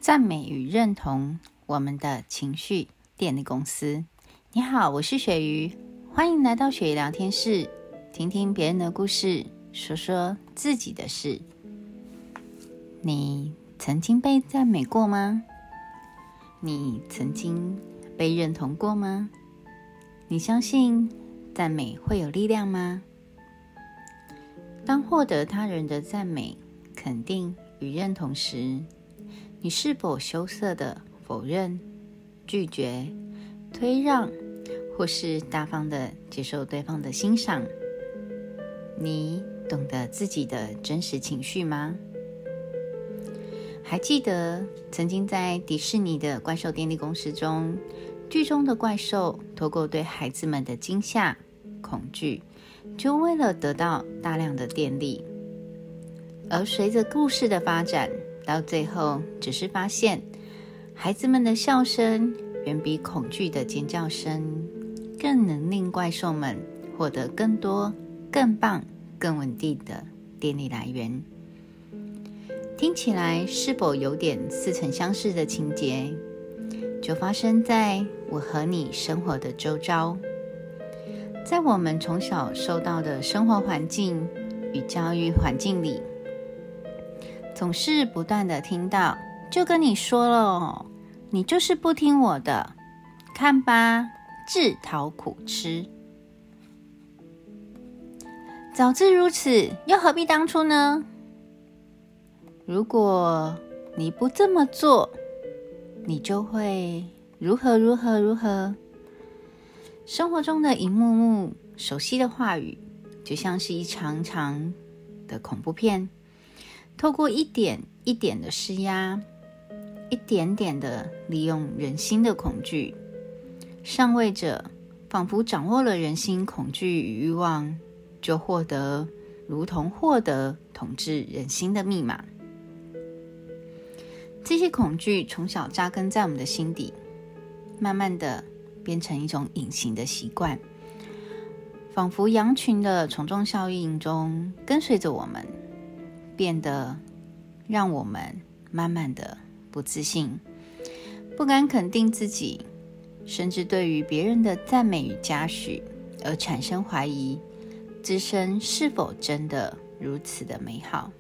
赞美与认同，我们的情绪电力公司。你好，我是雪鱼，欢迎来到雪鱼聊天室，听听别人的故事，说说自己的事。你曾经被赞美过吗？你曾经被认同过吗？你相信赞美会有力量吗？当获得他人的赞美、肯定与认同时，你是否羞涩地否认、拒绝、推让，或是大方地接受对方的欣赏？你懂得自己的真实情绪吗？还记得曾经在迪士尼的怪兽电力公司中，剧中的怪兽透过对孩子们的惊吓、恐惧，就为了得到大量的电力。而随着故事的发展，到最后只是发现孩子们的笑声远比恐惧的尖叫声更能令怪兽们获得更多、更棒、更稳定的电力来源。听起来是否有点似曾相识的情节，就发生在我和你生活的周遭。在我们从小受到的生活环境与教育环境里，总是不断的听到，就跟你说了，你就是不听我的，看吧，自讨苦吃。早知如此，又何必当初呢？如果你不这么做，你就会如何如何如何。生活中的一幕幕熟悉的话语，就像是一场场的恐怖片，透过一点一点的施压，一点点的利用人心的恐惧，上位者仿佛掌握了人心恐惧与欲望，就如同获得统治人心的密码。这些恐惧从小扎根在我们的心底，慢慢的变成一种隐形的习惯，仿佛羊群的从众效应中跟随着我们，变得让我们慢慢的不自信，不敢肯定自己，甚至对于别人的赞美与嘉许而产生怀疑，自身是否真的如此的美好。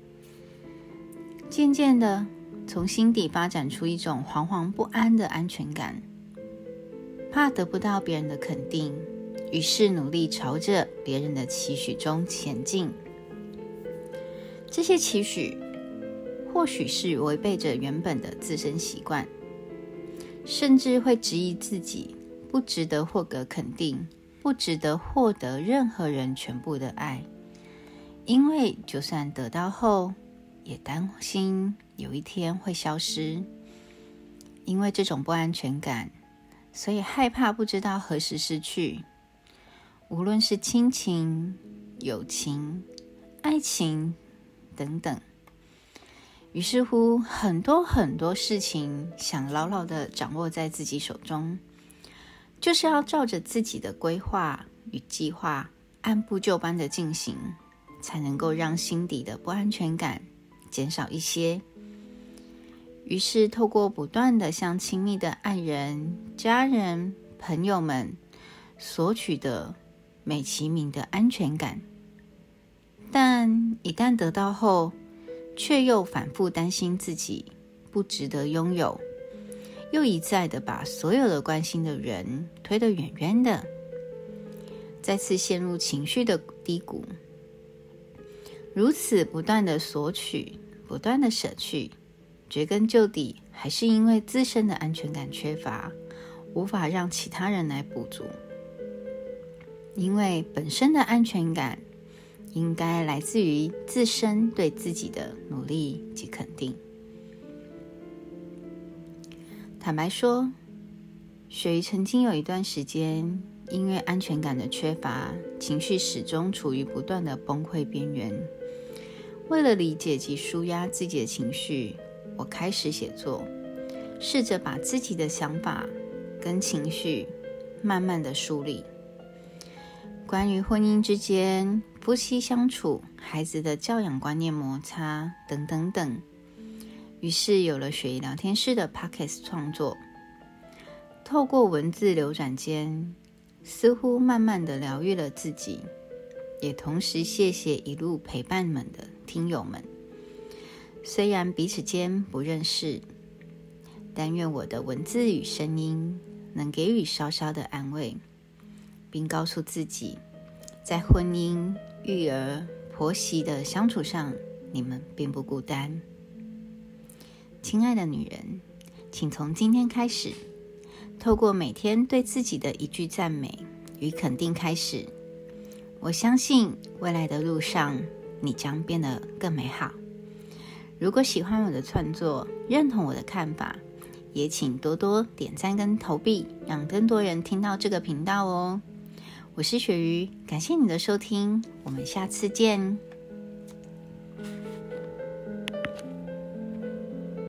渐渐的，从心底发展出一种惶惶不安的安全感，怕得不到别人的肯定，于是努力朝着别人的期许中前进。这些期许或许是违背着原本的自身习惯，甚至会质疑自己不值得获得肯定，不值得获得任何人全部的爱，因为就算得到后，也担心有一天会消失。因为这种不安全感，所以害怕不知道何时失去，无论是亲情、友情、爱情等等。于是乎，很多事情想牢牢地掌握在自己手中，就是要照着自己的规划与计划按部就班地进行，才能够让心底的不安全感减少一些。于是透过不断地向亲密的爱人、家人、朋友们索取的美其名的安全感，但一旦得到后，却又反复担心自己不值得拥有，又一再的把所有的关心的人推得远远的，再次陷入情绪的低谷。如此不断的索取，不断的舍去，追根究底，还是因为自身的安全感缺乏，无法让其他人来补足。因为本身的安全感应该来自于自身对自己的努力及肯定。坦白说，雪鱼曾经有一段时间，因为安全感的缺乏，情绪始终处于不断的崩溃边缘。为了理解及抒压自己的情绪，我开始写作，试着把自己的想法跟情绪慢慢的梳理。关于婚姻之间、夫妻相处、孩子的教养观念摩擦等等等， 于是有了雪姨聊天室的 Podcast 创作。透过文字流转间，似乎慢慢的疗愈了自己，也同时谢谢一路陪伴们的听友们。虽然彼此间不认识，但愿我的文字与声音能给予稍稍的安慰，并告诉自己，在婚姻、育儿、婆媳的相处上，你们并不孤单。亲爱的女人，请从今天开始，透过每天对自己的一句赞美与肯定开始，我相信未来的路上，你将变得更美好。如果喜欢我的创作，认同我的看法，也请多多点赞跟投币，让更多人听到这个频道哦。我是雪鱼，感谢你的收听，我们下次见。